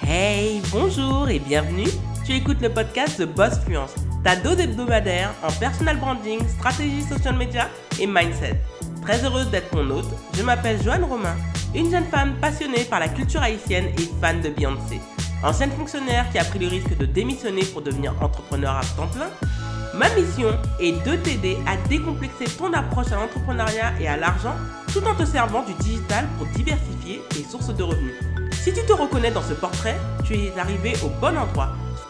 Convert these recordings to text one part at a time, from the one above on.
Hey, bonjour et bienvenue. Tu écoutes le podcast The Boss Fluence, ta dose hebdomadaire en personal branding, stratégie social media et mindset. Très heureuse d'être ton hôte, je m'appelle Joanne Romain, une jeune femme passionnée par la culture haïtienne et fan de Beyoncé. Ancienne fonctionnaire qui a pris le risque de démissionner pour devenir entrepreneur à temps plein. Ma mission est de t'aider à décomplexer ton approche à l'entrepreneuriat et à l'argent tout en te servant du digital pour diversifier tes sources de revenus. Si tu te reconnais dans ce portrait, tu es arrivé au bon endroit.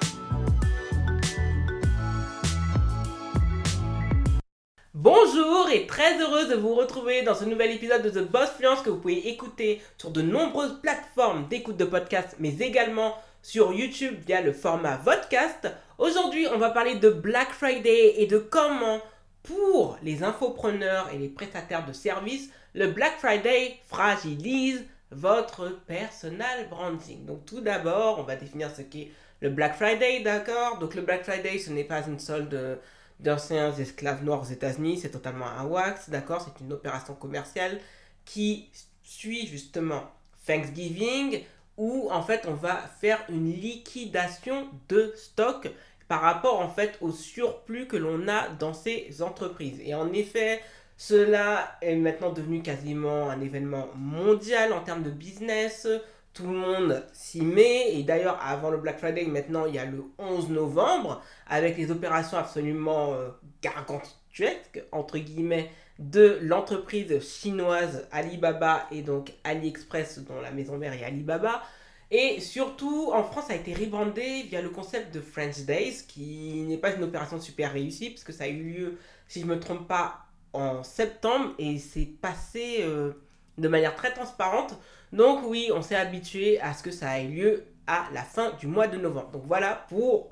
Bonjour et très heureuse de vous retrouver dans ce nouvel épisode de The Boss Fluence que vous pouvez écouter sur de nombreuses plateformes d'écoute de podcasts, mais également sur YouTube via le format Vodcast. Aujourd'hui, on va parler de Black Friday et de comment, pour les infopreneurs et les prestataires de services, le Black Friday fragilise votre personal branding. Donc tout d'abord, on va définir ce qu'est le Black Friday, d'accord? Donc le Black Friday, ce n'est pas une solde d'anciens esclaves noirs aux États-Unis, c'est totalement un wax, d'accord? C'est une opération commerciale qui suit justement Thanksgiving, où en fait on va faire une liquidation de stock par rapport en fait au surplus que l'on a dans ces entreprises. Et en effet, cela est maintenant devenu quasiment un événement mondial en termes de business. Tout le monde s'y met. Et d'ailleurs, avant le Black Friday, maintenant, il y a le 11 novembre, avec les opérations absolument gargantuesques, entre guillemets, de l'entreprise chinoise Alibaba et donc AliExpress, dont la maison mère est Alibaba. Et surtout, en France, ça a été rebrandé via le concept de French Days, qui n'est pas une opération super réussie, puisque ça a eu lieu, si je ne me trompe pas, en septembre et c'est passé de manière très transparente. Donc oui, on s'est habitué à ce que ça ait lieu à la fin du mois de novembre. Donc voilà pour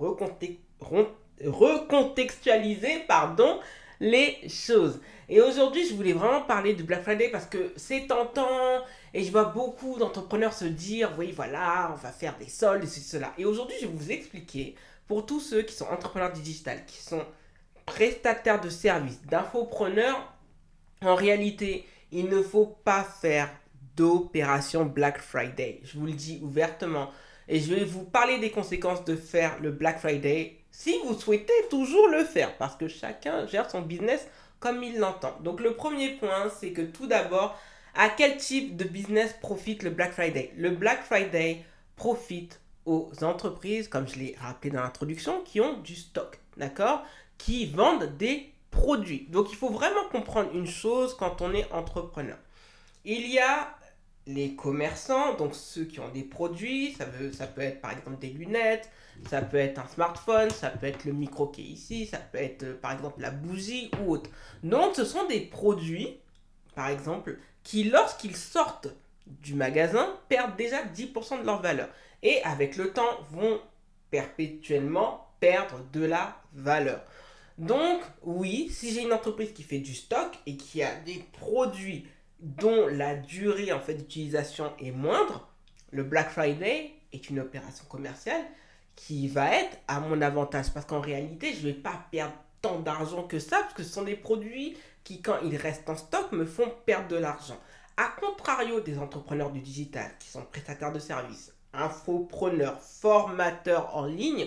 recontextualiser les choses. Et aujourd'hui, je voulais vraiment parler du Black Friday parce que c'est tentant et je vois beaucoup d'entrepreneurs se dire oui, voilà, on va faire des soldes et cela. Et aujourd'hui, je vais vous expliquer pour tous ceux qui sont entrepreneurs du digital, qui sont prestataires de services, d'infopreneurs, en réalité, il ne faut pas faire d'opération Black Friday. Je vous le dis ouvertement. Et je vais vous parler des conséquences de faire le Black Friday si vous souhaitez toujours le faire. Parce que chacun gère son business comme il l'entend. Donc le premier point, c'est que tout d'abord, à quel type de business profite le Black Friday? Le Black Friday profite aux entreprises, comme je l'ai rappelé dans l'introduction, qui ont du stock. D'accord? Qui vendent des produits. Donc il faut vraiment comprendre une chose quand on est entrepreneur. Il y a les commerçants, donc ceux qui ont des produits, ça peut être par exemple des lunettes, ça peut être un smartphone, ça peut être le micro qui est ici, ça peut être par exemple la bougie ou autre. Donc ce sont des produits, par exemple, qui lorsqu'ils sortent du magasin, perdent déjà 10% de leur valeur. Et avec le temps, vont perpétuellement perdre de la valeur. Donc, oui, si j'ai une entreprise qui fait du stock et qui a des produits dont la durée en fait d'utilisation est moindre, le Black Friday est une opération commerciale qui va être à mon avantage. Parce qu'en réalité, je ne vais pas perdre tant d'argent que ça, parce que ce sont des produits qui, quand ils restent en stock, me font perdre de l'argent. A contrario des entrepreneurs du digital, qui sont prestataires de services, infopreneurs, formateurs en ligne,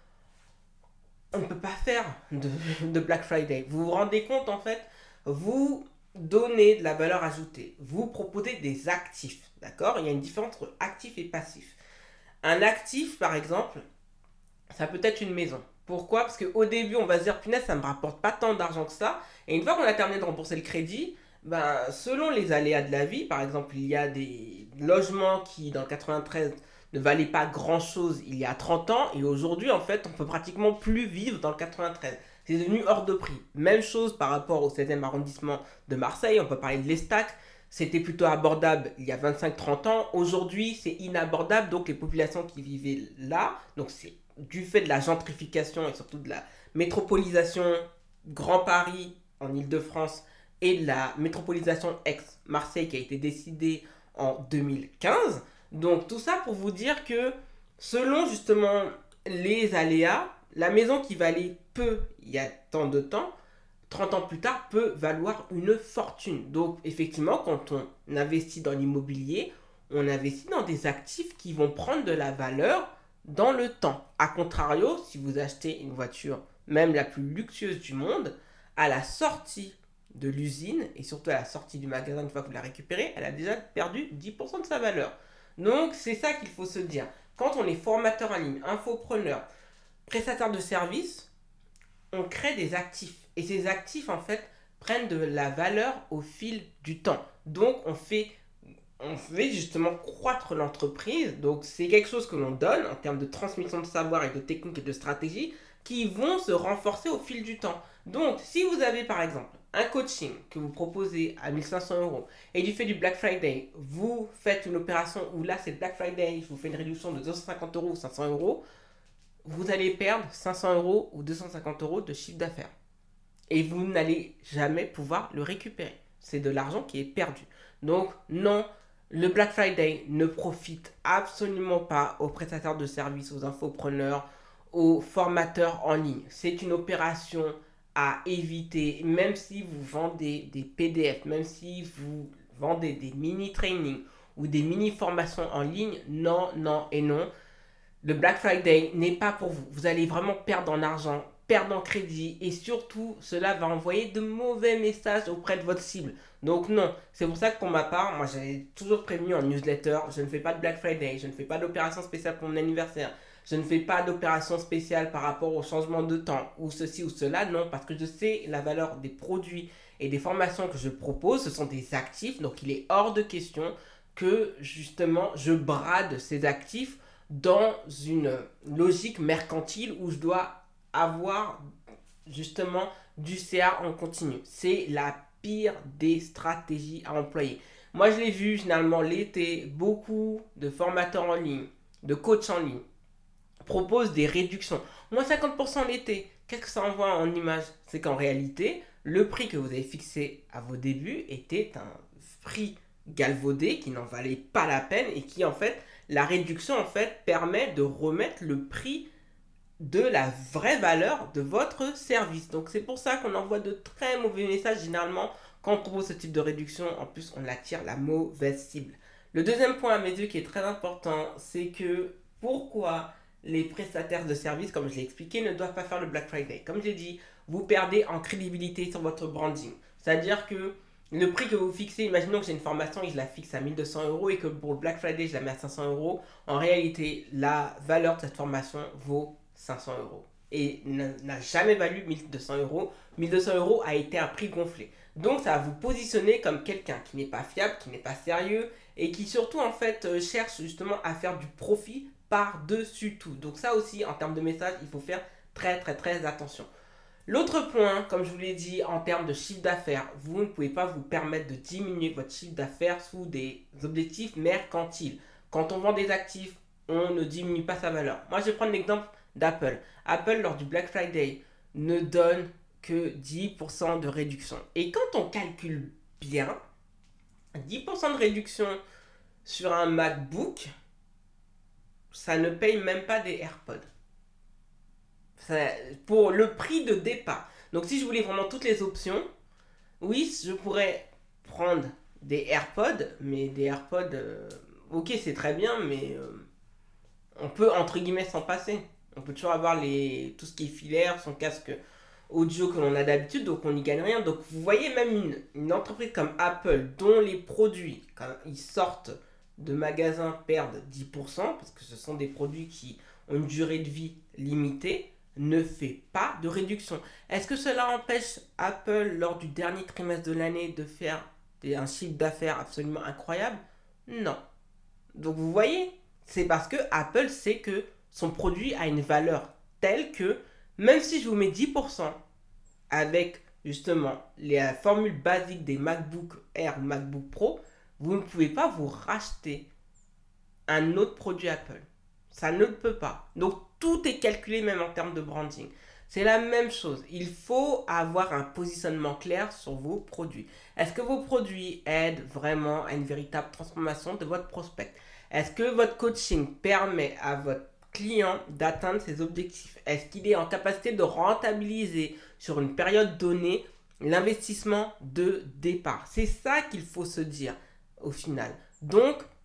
on ne peut pas faire de Black Friday. Vous vous rendez compte, en fait, vous donnez de la valeur ajoutée. Vous proposez des actifs, d'accord? Il y a une différence entre actif et passif. Un actif, par exemple, ça peut être une maison. Pourquoi? Parce qu'au début, on va se dire, punaise, ça ne me rapporte pas tant d'argent que ça. Et une fois qu'on a terminé de rembourser le crédit, selon les aléas de la vie, par exemple, il y a des logements qui, dans le 93, ne valait pas grand chose il y a 30 ans et aujourd'hui en fait on peut pratiquement plus vivre dans le 93. C'est devenu hors de prix. Même chose par rapport au 16e arrondissement de Marseille, on peut parler de l'Estac, c'était plutôt abordable il y a 25-30 ans, aujourd'hui c'est inabordable, donc les populations qui vivaient là, donc c'est du fait de la gentrification et surtout de la métropolisation Grand Paris en Île-de-France et de la métropolisation ex-Marseille qui a été décidée en 2015. Donc tout ça pour vous dire que selon justement les aléas, la maison qui valait peu il y a tant de temps, 30 ans plus tard, peut valoir une fortune. Donc effectivement, quand on investit dans l'immobilier, on investit dans des actifs qui vont prendre de la valeur dans le temps. A contrario, si vous achetez une voiture, même la plus luxueuse du monde, à la sortie de l'usine et surtout à la sortie du magasin, une fois que vous la récupérez, elle a déjà perdu 10% de sa valeur. Donc c'est ça qu'il faut se dire. Quand on est formateur en ligne, infopreneur, prestataire de services, on crée des actifs. Et ces actifs, en fait, prennent de la valeur au fil du temps. Donc on fait justement croître l'entreprise. Donc c'est quelque chose que l'on donne en termes de transmission de savoir et de techniques et de stratégies qui vont se renforcer au fil du temps. Donc si vous avez par exemple un coaching que vous proposez à 1500 euros et du fait du Black Friday, vous faites une opération où là c'est Black Friday, je vous fais une réduction de 250 euros ou 500 euros, vous allez perdre 500 euros ou 250 euros de chiffre d'affaires. Et vous n'allez jamais pouvoir le récupérer. C'est de l'argent qui est perdu. Donc non, le Black Friday ne profite absolument pas aux prestataires de services, aux infopreneurs, aux formateurs en ligne. C'est une opération à éviter, même si vous vendez des PDF, même si vous vendez des mini-trainings ou des mini-formations en ligne, non, non et non. Le Black Friday n'est pas pour vous. Vous allez vraiment perdre en argent, perdre en crédit et surtout, cela va envoyer de mauvais messages auprès de votre cible. Donc non, c'est pour ça que pour ma part, moi j'avais toujours prévenu en newsletter, je ne fais pas de Black Friday, je ne fais pas d'opération spéciale pour mon anniversaire, je ne fais pas d'opération spéciale par rapport au changement de temps ou ceci ou cela, non, parce que je sais la valeur des produits et des formations que je propose, ce sont des actifs, donc il est hors de question que justement je brade ces actifs dans une logique mercantile où je dois avoir justement du CA en continu. C'est la pire des stratégies à employer. Moi, je l'ai vu généralement l'été, beaucoup de formateurs en ligne, de coachs en ligne proposent des réductions. Moins 50% l'été. Qu'est-ce que ça envoie en image? C'est qu'en réalité, le prix que vous avez fixé à vos débuts était un prix galvaudé qui n'en valait pas la peine et qui en fait, la réduction en fait permet de remettre le prix de la vraie valeur de votre service. Donc c'est pour ça qu'on envoie de très mauvais messages généralement quand on propose ce type de réduction. En plus, on attire la mauvaise cible. Le deuxième point à mes yeux qui est très important, c'est que pourquoi les prestataires de services, comme je l'ai expliqué, ne doivent pas faire le Black Friday. Comme je l'ai dit, vous perdez en crédibilité sur votre branding. C'est-à-dire que le prix que vous fixez, imaginons que j'ai une formation et je la fixe à 1200 euros et que pour le Black Friday, je la mets à 500 euros. En réalité, la valeur de cette formation vaut 500 euros et n'a jamais valu 1200 euros. 1200 euros a été un prix gonflé. Donc ça va vous positionner comme quelqu'un qui n'est pas fiable, qui n'est pas sérieux et qui surtout en fait cherche justement à faire du profit par-dessus tout. Donc ça aussi en termes de message, il faut faire très très très attention. L'autre point, comme je vous l'ai dit, en termes de chiffre d'affaires, vous ne pouvez pas vous permettre de diminuer votre chiffre d'affaires sous des objectifs mercantiles. Quand on vend des actifs, on ne diminue pas sa valeur. Moi, je vais prendre l'exemple d'Apple. Apple, lors du Black Friday, ne donne que 10% de réduction. Et quand on calcule bien, 10% de réduction sur un MacBook, ça ne paye même pas des AirPods. Pour le prix de départ. Donc si je voulais vraiment toutes les options, oui, je pourrais prendre des AirPods, mais des AirPods, ok, c'est très bien, mais on peut entre guillemets s'en passer. On peut toujours avoir tout ce qui est filaire, son casque audio que l'on a d'habitude, donc on n'y gagne rien. Donc vous voyez même une entreprise comme Apple, dont les produits, quand ils sortent de magasins, perdent 10%, parce que ce sont des produits qui ont une durée de vie limitée, ne fait pas de réduction. Est-ce que cela empêche Apple, lors du dernier trimestre de l'année, de faire un chiffre d'affaires absolument incroyable? Non. Donc vous voyez, c'est parce que Apple sait que son produit a une valeur telle que, même si je vous mets 10% avec justement la formule basique des MacBook Air ou MacBook Pro, vous ne pouvez pas vous racheter un autre produit Apple. Ça ne peut pas. Donc tout est calculé même en termes de branding. C'est la même chose. Il faut avoir un positionnement clair sur vos produits. Est-ce que vos produits aident vraiment à une véritable transformation de votre prospect? Est-ce que votre coaching permet à votre client d'atteindre ses objectifs? Est-ce qu'il est en capacité de rentabiliser sur une période donnée l'investissement de départ? C'est ça qu'il faut se dire au final. Donc,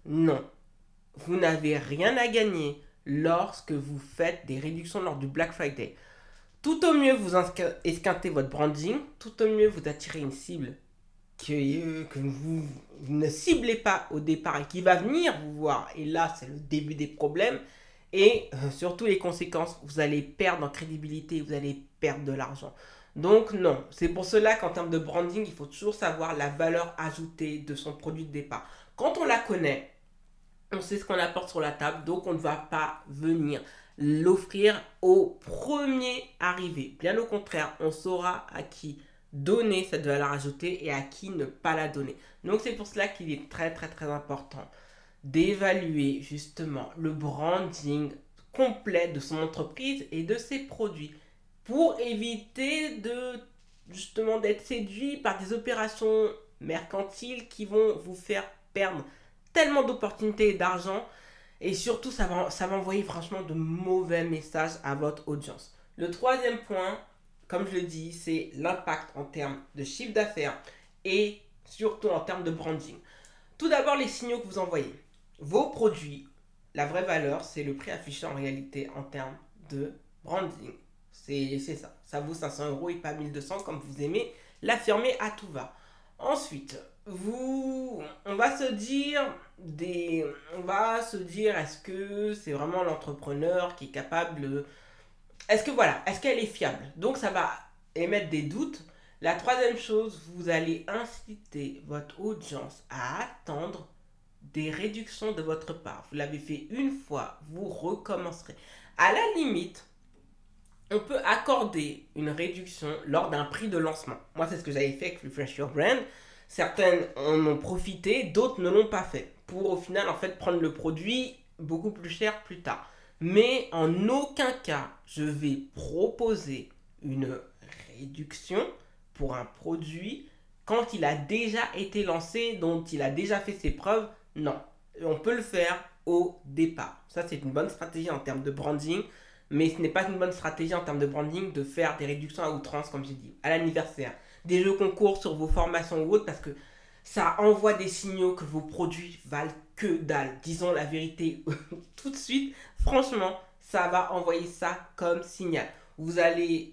Non. Vous n'avez rien à gagner lorsque vous faites des réductions lors du Black Friday. Tout au mieux, vous esquintez votre branding. Tout au mieux, vous attirez une cible que vous ne ciblez pas au départ et qui va venir vous voir. Et là, c'est le début des problèmes. Et surtout les conséquences, vous allez perdre en crédibilité, vous allez perdre de l'argent. Donc non, c'est pour cela qu'en termes de branding, il faut toujours savoir la valeur ajoutée de son produit de départ. Quand on la connaît, on sait ce qu'on apporte sur la table, donc on ne va pas venir l'offrir au premier arrivé. Bien au contraire, on saura à qui donner cette valeur ajoutée et à qui ne pas la donner. Donc c'est pour cela qu'il est très très très important d'évaluer justement le branding complet de son entreprise et de ses produits pour éviter justement d'être séduit par des opérations mercantiles qui vont vous faire perdre tellement d'opportunités et d'argent. Et surtout, ça va envoyer franchement de mauvais messages à votre audience. Le troisième point, comme je le dis, c'est l'impact en termes de chiffre d'affaires et surtout en termes de branding. Tout d'abord, les signaux que vous envoyez. Vos produits, la vraie valeur, c'est le prix affiché en réalité en termes de branding. C'est ça. Ça vaut 500 € et pas 1200 comme vous aimez l'affirmer à tout va. Ensuite, on va se dire, est-ce que c'est vraiment l'entrepreneur qui est capable est-ce qu'elle est fiable? Donc ça va émettre des doutes. La troisième chose, vous allez inciter votre audience à attendre des réductions de votre part. Vous l'avez fait une fois, vous recommencerez. À la limite, on peut accorder une réduction lors d'un prix de lancement. Moi, c'est ce que j'avais fait avec Refresh Your Brand. Certaines en ont profité, d'autres ne l'ont pas fait. Pour au final, en fait, prendre le produit beaucoup plus cher plus tard. Mais en aucun cas, je vais proposer une réduction pour un produit quand il a déjà été lancé, dont il a déjà fait ses preuves. Non, on peut le faire au départ. Ça, c'est une bonne stratégie en termes de branding. Mais ce n'est pas une bonne stratégie en termes de branding de faire des réductions à outrance, comme j'ai dit, à l'anniversaire. Des jeux concours sur vos formations ou autres, parce que ça envoie des signaux que vos produits valent que dalle. Disons la vérité tout de suite. Franchement, ça va envoyer ça comme signal. Vous allez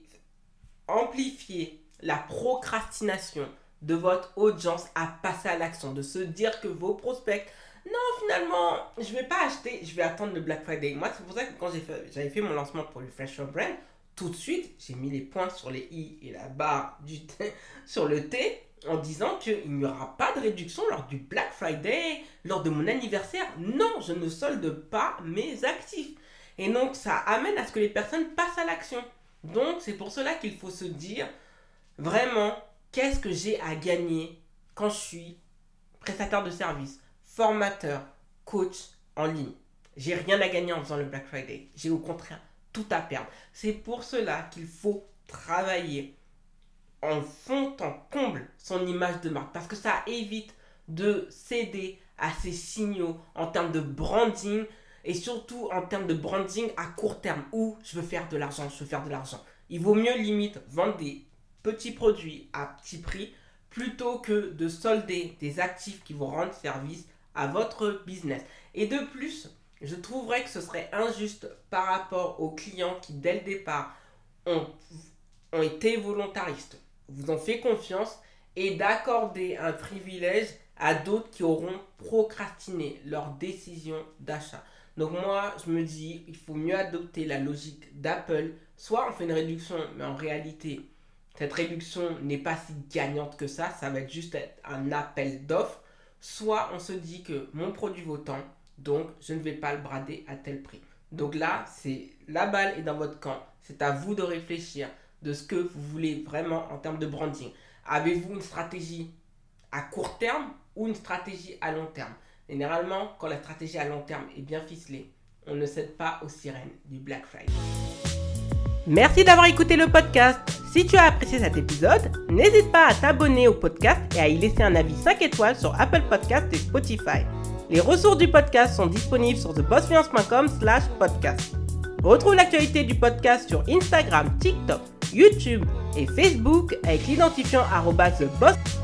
amplifier la procrastination de votre audience à passer à l'action, de se dire que vos prospects, non, finalement, je ne vais pas acheter, je vais attendre le Black Friday. Moi, c'est pour ça que quand j'avais fait mon lancement pour le Refresh Your Brand, tout de suite, j'ai mis les points sur les i et la barre sur le T en disant qu'il n'y aura pas de réduction lors du Black Friday, lors de mon anniversaire. Non, je ne solde pas mes actifs. Et donc, ça amène à ce que les personnes passent à l'action. Donc, c'est pour cela qu'il faut se dire vraiment, qu'est-ce que j'ai à gagner quand je suis prestataire de service, formateur, coach en ligne. J'ai rien à gagner en faisant le Black Friday. J'ai au contraire tout à perdre. C'est pour cela qu'il faut travailler en fond en comble son image de marque. Parce que ça évite de céder à ces signaux en termes de branding et surtout en termes de branding à court terme où je veux faire de l'argent, Il vaut mieux limite vendre des petits produits à petit prix plutôt que de solder des actifs qui vont rendre service à votre business. Et de plus, je trouverais que ce serait injuste par rapport aux clients qui, dès le départ, ont été volontaristes, vous ont fait confiance, et d'accorder un privilège à d'autres qui auront procrastiné leur décision d'achat. Donc moi, je me dis, il faut mieux adopter la logique d'Apple. Soit on fait une réduction, mais en réalité, cette réduction n'est pas si gagnante que ça. Ça va être juste un appel d'offres. Soit on se dit que mon produit vaut tant, donc je ne vais pas le brader à tel prix. Donc là, la balle est dans votre camp. C'est à vous de réfléchir de ce que vous voulez vraiment en termes de branding. Avez-vous une stratégie à court terme ou une stratégie à long terme? Généralement, quand la stratégie à long terme est bien ficelée, on ne cède pas aux sirènes du Black Friday. Merci d'avoir écouté le podcast. Si tu as apprécié cet épisode, n'hésite pas à t'abonner au podcast et à y laisser un avis 5 étoiles sur Apple Podcasts et Spotify. Les ressources du podcast sont disponibles sur thebossfluence.com/podcast. Retrouve l'actualité du podcast sur Instagram, TikTok, YouTube et Facebook avec l'identifiant @theboss.